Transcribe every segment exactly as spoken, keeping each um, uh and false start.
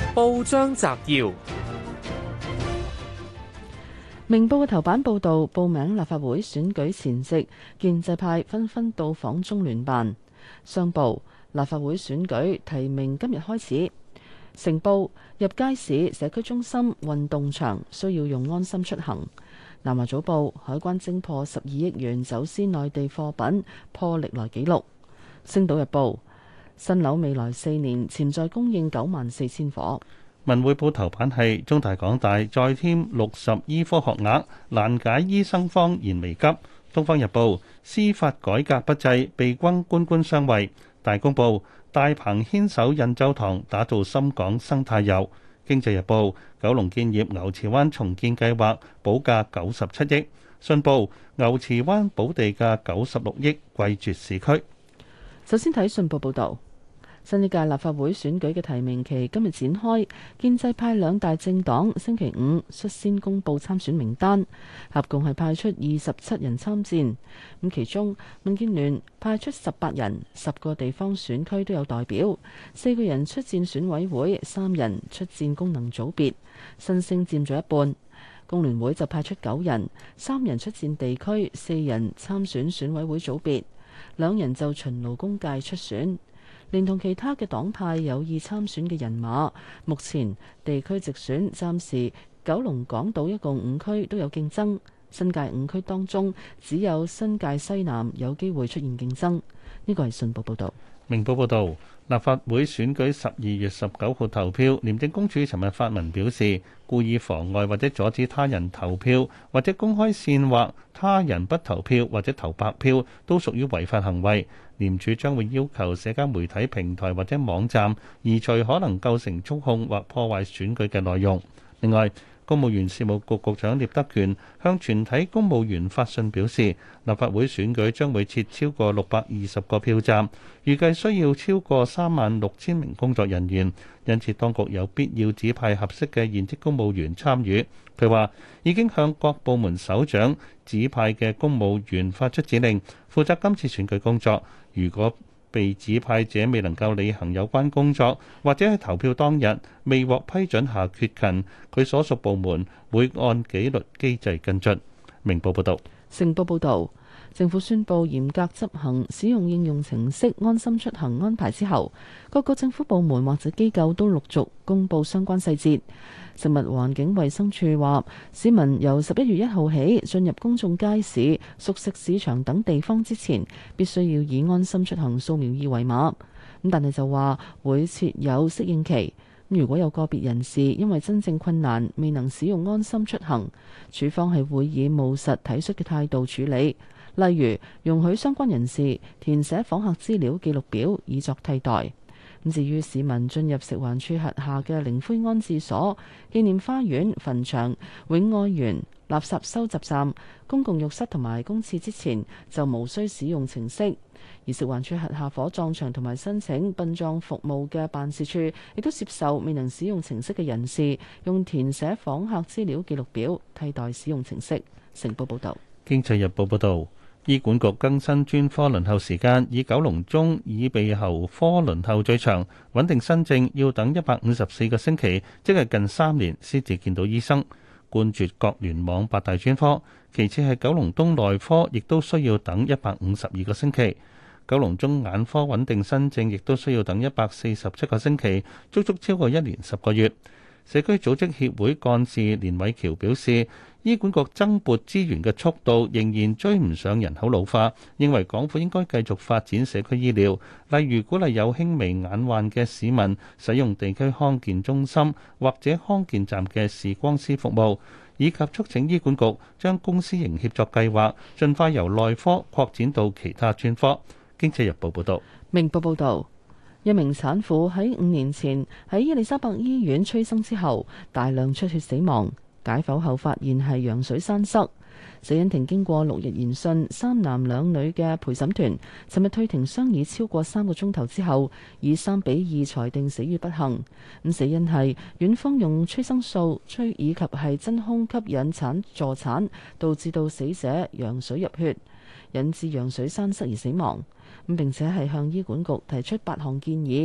報章摘要： 明報嘅頭版報導，報名立法會選舉前夕，建制派紛紛到訪中聯辦。商報立法會選舉提名今日開始。成報入街市、社區中心、運動場需要用安心出行。南華早報海關偵破十二億元走私內地貨品，破歷來紀錄。星島日報新樓未來四年潛在供應九萬四千伙。 文匯報頭版係中大港大再添六十醫科學額，難解醫生荒言未急。東方日報司法改革不濟，被轟官官相衛。大公報大鵬牽手印洲塘打造深港生態遊。經濟日報九龍建業牛池灣重建計劃補價九十七億。信報牛池灣補地價九十六億貴絕市區。 首先睇信報報導。新一屆立法會選舉嘅提名期今日展開，建制派兩大政黨星期五率先公布參選名單，合共係派出二十七人參戰。咁其中民建聯派出十八人，十個地方選區都有代表，四個人出戰選委會，三人出戰功能組別，新星佔咗一半。工聯會就派出九人，三人出戰地區，四人參選選委會組別，兩人就循勞工界出選。連同其他嘅黨派有意參選嘅人馬，目前地區直選暫時九龍港島一共五區都有競爭，新界五區當中只有新界西南有機會出現競爭。呢個係信報報導。 明報報導，立法會選舉十二月十九號投票，廉政公署尋日發文表示，故意妨礙或者阻止他人投票，或者公開煽惑他人不投票或者投白票，都屬於違法行為。廉署將會要求社交媒體平台或者網站移除可能構成操控或破壞選舉嘅內容。另外，公務員事務局局長聶德權向全體公務員發信表示，立法會選舉將會設超過六百二十個票站，預計需要超過三萬六千名工作人員，因此當局有必要指派合適嘅現職公務員參與。佢話已經向各部門首長指派嘅公務員發出指令，負責今次選舉工作。如果被指派者未能夠履行有關工作，或者喺投票當日未獲批准下缺勤，佢所屬部門會按紀律機制跟進。明報報道。 成報報導，政府宣布嚴格執行使用應用程式安心出行安排之後，各個政府部門或者機構都陸續公布相關細節。食物環境衛生署話，市民由十一月一號起進入公眾街市、熟食市場等地方之前，必須要以安心出行掃描二維碼。咁但係就話會設有適應期。如果有個別人士因為真正困難未能使用安心出行，署方係會以務實體恤嘅態度處理，例如容許相關人士填寫訪客資料記錄表以作替代。咁至於市民進入食環署轄下嘅靈灰安置所、紀念花園、墳場、永愛園、垃圾收集站、公共浴室同埋公廁之前，就無需使用程式。而食環署轄下火葬場同埋申請殯葬服務嘅辦事處，亦都接受未能使用程式嘅人士用填寫訪客資料記錄表替代使用程式。成報報導。 經濟日報報導。醫管局更新專科輪候時間，以九龍中耳鼻喉科輪候最長，穩定新症要等一百五十四個星期，即係近三年先至見到醫生。冠絕各聯網八大專科，其次係九龍東內科，亦都需要等一百五十二個星期。九龍中眼科穩定新症亦都需要等一百四十七個星期，足足超過一年十個月。社區組織協會幹事連偉橋表示，醫管局增撥資源嘅速度仍然追唔上人口老化，認為港府應該繼續發展社區醫療，例如鼓勵有輕微眼患嘅市民使用地區康健中心或者康健站嘅視光師服務，以及促請醫管局將公私營協作計劃盡快由內科擴展到其他專科。經濟日報報道。 明報報導。一名產婦喺五年前喺伊利沙伯醫院催生之後，大量出血死亡。解剖後發現係羊水栓塞。死因庭經過六日研訊，三男兩女嘅陪審團尋日退庭商議超過三個鐘頭之後，以三比二裁定死於不幸。咁死因係院方用催生素催以及係真空吸引產助產，導致到死者羊水入血，引致羊水栓塞而死亡。咁並且係向醫管局提出八項建議，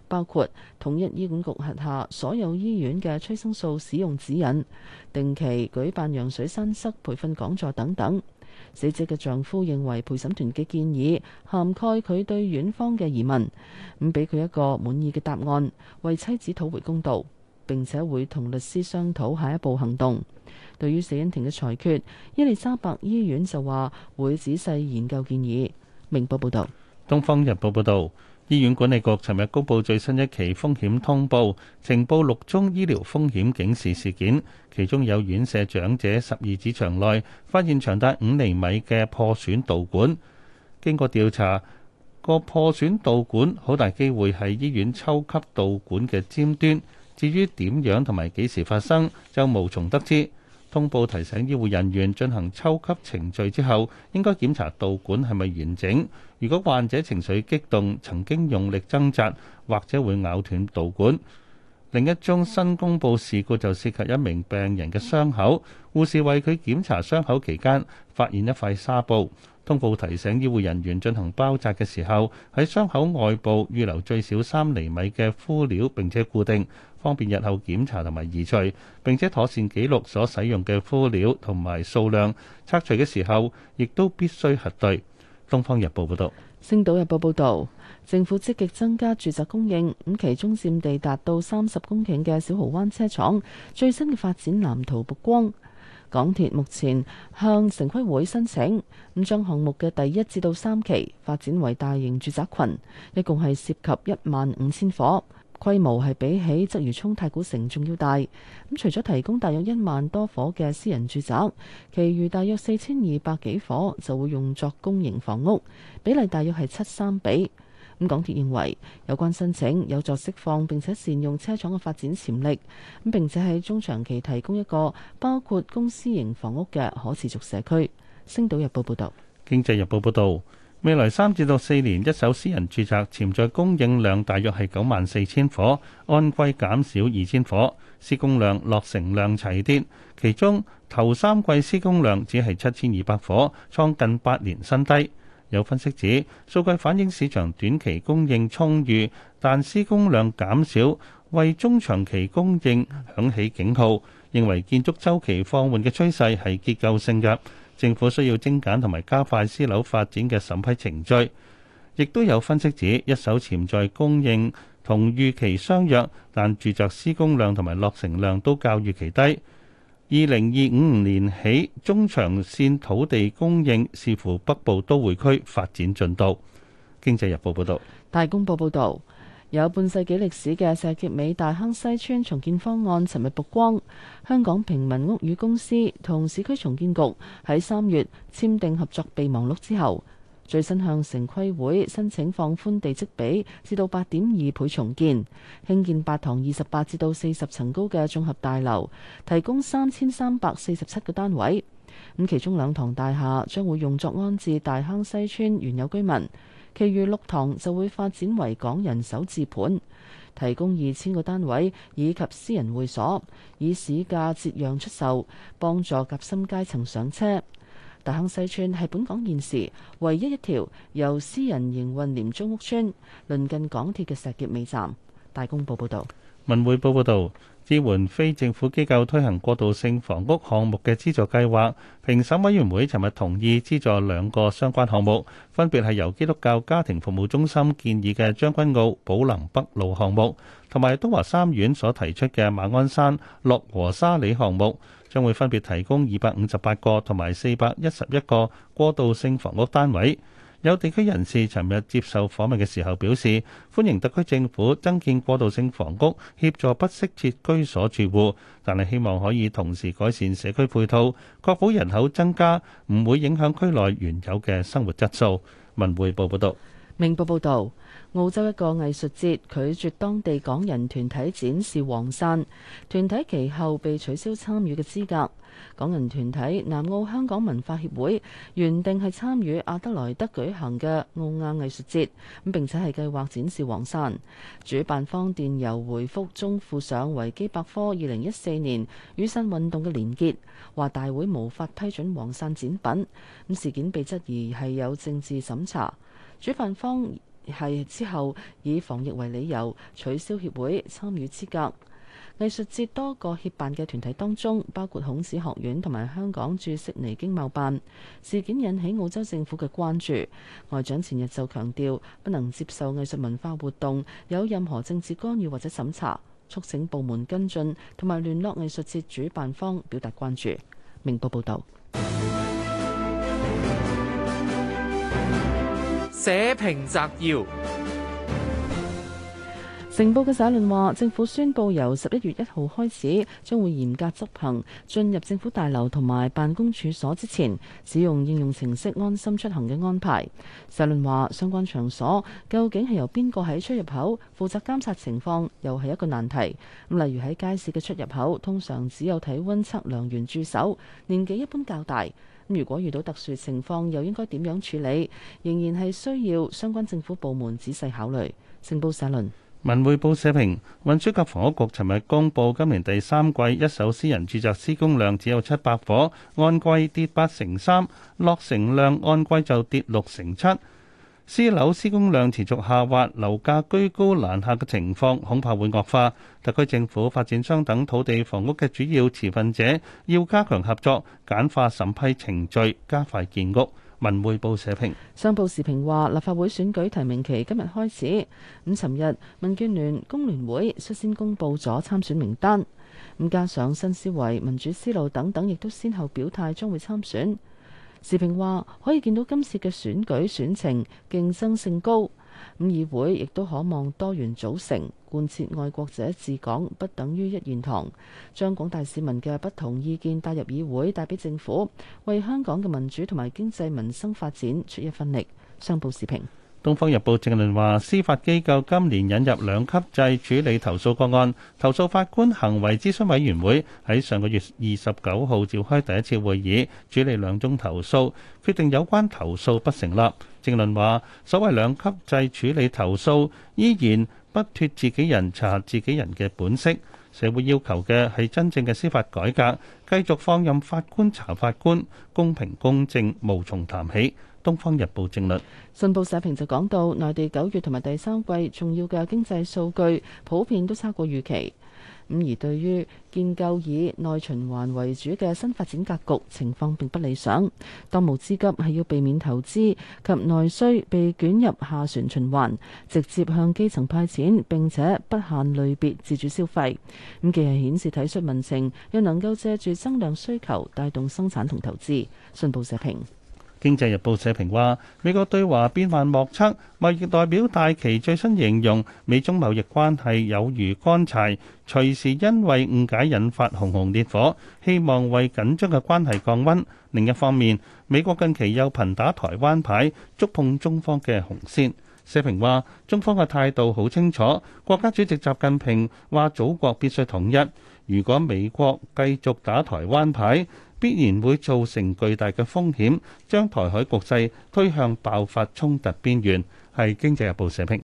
包括統一醫管局轄下所有醫院嘅催生素使用指引、定期舉辦羊水栓塞培訓講座等等。死者嘅丈夫認為陪審團嘅建議涵蓋佢對院方嘅疑問，咁俾佢一個滿意嘅答案，為妻子討回公道，並且會同律師商討下一步行動。對於死因庭嘅裁決，伊利沙伯醫院就話會仔細研究建議。明報報道。 《東方日報》報導，醫院管理局尋日公布最新一期風險通報，呈報六宗醫療風險警示事件，其中有院舍長者十二指腸內發現長達五厘米嘅破損導管。經過調查，個破損導管好大機會係醫院抽吸導管嘅尖端，至於點樣同埋幾時發生，就無從得知。通報提醒醫護人員進行抽吸程序之後，應該檢查導管係咪完整。如果患者情緒激動，曾經用力掙扎，或者會咬斷導管。另一宗新公佈事故就涉及一名病人嘅傷口，護士為佢檢查傷口期間，發現一塊紗布。通報提醒醫護人員進行包紮嘅時候，喺傷口外部預留最少三厘米嘅敷料，並且固定，方便日後檢查同埋移除。並且妥善記錄所使用嘅敷料同埋數量，拆除嘅時候亦都必須核對。《東方日報》報道。 《星島日報》報導，政府積極增加住宅供應，咁其中佔地達到三十公頃嘅小蠔灣車廠最新嘅發展藍圖曝光。港鐵目前向城規會申請，咁將項目嘅第一至到三期發展為大型住宅群，一共係涉及一萬五千伙，規模係比起鰂魚涌太古城仲要大。咁除咗提供大約一萬多伙嘅私人住宅，其餘大約四千二百幾伙就會用作公營房屋，比例大約係七三比。咁港鐵認為有關申請有助釋放並且善用車廠嘅發展潛力，咁並且喺中長期提供一個包括公私營房屋嘅可持續社區。星島日報報道。 經濟日報報導，未來三至到四年一手私人住宅潛在供應量大約係九萬四千伙，按季減少二千伙，施工量、落成量齊跌，其中頭三季施工量只係七千二百伙，創近八年新低。有分析指，數據反映市場短期供應充裕，但施工量減少，為中長期供應響起警號，認為建築週期放緩嘅趨勢係結構性嘅，政府需要精簡同埋加快私樓發展嘅審批程序。亦都有分析指，一手潛在供應同預期相若，但住宅施工量同埋落成量都較預期低。二零二五年起，中長線土地供應視乎北部都會區發展進度。經濟日報報導。 大公報報導，有半世紀歷史嘅石硤尾大坑西村重建方案尋日曝光。香港平民屋宇公司同市區重建局喺三月簽訂合作備忘錄之後，最新向城規會申請放寬地積比至到八點二倍重建，興建八幢二十八至到四十層高嘅綜合大樓，提供三千三百四十七個單位。咁其中兩幢大廈將會用作安置大坑西村原有居民，其餘六幢就會發展為港人首置盤，提供二千個單位以及私人會所，以市價折讓出售，幫助夾心階層上車。大坑西村係本港現時唯一一條由私人營運廉租屋村，鄰近港鐵嘅石硤尾站。大公報報導。 文匯報報導，支援非政府機構推行過渡性房屋項目嘅資助計劃，評審委員會尋日同意資助兩個相關項目，分別係由基督教家庭服務中心建議嘅將軍澳寶林北路項目，同埋東華三院所提出嘅馬鞍山樂和沙里項目，將會分別提供二百五十八個同埋四百一十一個過渡性房屋單位。有地區人士尋日接受訪問嘅時候表示，歡迎特區政府增建過渡性房屋，協助不適切居所住戶，但係希望可以同時改善社區配套，確保人口增加唔會影響區內原有嘅生活質素。文匯報報道。 明報報導，澳洲一個藝術節拒絕當地港人團體展示黃傘，團體其後被取消參與嘅資格。港人團體南澳香港文化協會原定係參與阿德萊德舉行嘅澳亞藝術節，咁並且係計劃展示黃傘。主辦方電郵回覆中附上維基百科二零一四年雨傘運動嘅連結，話大會無法批准黃傘展品。咁事件被質疑係有政治審查。主辦方係之後以防疫為理由取消協會參與資格。藝術節多個協辦嘅團體當中，包括孔子學院同埋香港駐悉尼經貿辦。事件引起澳洲政府嘅關注。外長前日就強調，不能接受藝術文化活動有任何政治干預或者審查，促請部門跟進同埋聯絡藝術節主辦方表達關注。明報報導。 社評摘要。 成報嘅社論話，政府宣布由十一月一號開始，將會嚴格執行進入政府大樓同埋辦公處所之前使用應用程式安心出行嘅安排。社論話，相關場所究竟係由邊個喺出入口負責監察情況，又係一個難題。咁例如喺街市嘅出入口，通常只有體溫測量員駐守，年紀一般較大。咁如果遇到特殊情況，又應該點樣處理？仍然係需要相關政府部門仔細考慮。成報社論。 文匯報社評，運輸及房屋局尋日公佈今年第三季一手私人住宅施工量只有七百伙，按季跌八成三，落成量按季就跌六成七。私樓施工量持續下滑，樓價居高難下嘅情況恐怕會惡化。特區政府、發展商等土地房屋嘅主要持份者要加強合作，簡化審批程序，加快建屋。文匯報社評。 商報時評話，立法會選舉提名期今日開始。咁，尋日民建聯、工聯會率先公布咗參選名單。咁加上新思維、民主思路等等，亦都先後表態將會參選。時評話，可以見到今次嘅選舉選情競爭性高。咁議會亦都可望多元組成，貫徹愛國者治港，不等於一言堂。將廣大市民嘅不同意見帶入議會，帶俾政府，為香港嘅民主同埋經濟民生發展出一分力。商報時評。 《東方日報》正論話，司法機構今年引入兩級制處理投訴個案，投訴法官行為諮詢委員會喺上個月二十九號召開第一次會議，處理兩宗投訴，決定有關投訴不成立。正論話，所謂兩級制處理投訴，依然不脫自己人查核自己人嘅本色。社會要求嘅係真正嘅司法改革，繼續放任法官查法官，公平公正無從談起。《東方日報》正論。 信報社評就講到，內地九月同埋第三季重要嘅經濟數據普遍都超過預期。咁而對於建構以內循環為主嘅新發展格局，情況並不理想。當務之急係要避免投資及內需被捲入下旋循環，直接向基層派錢，並且不限類別自主消費。咁既係顯示體恤民情，又能夠借住增量需求帶動生產同投資。信報社評。 經濟日報社評話，美國對華變幻莫測，貿易代表戴琪最新形容美中貿易關係有如乾柴，隨時因為誤解引發熊熊烈火，希望為緊張嘅關係降溫。另一方面，美國近期又頻打台灣牌，觸碰中方嘅紅線。社評話，中方嘅態度好清楚，國家主席習近平話祖國必須統一，如果美國繼續打台灣牌，必然會造成巨大嘅風險，將台海局勢推向爆發衝突邊緣。係《經濟日報》社評。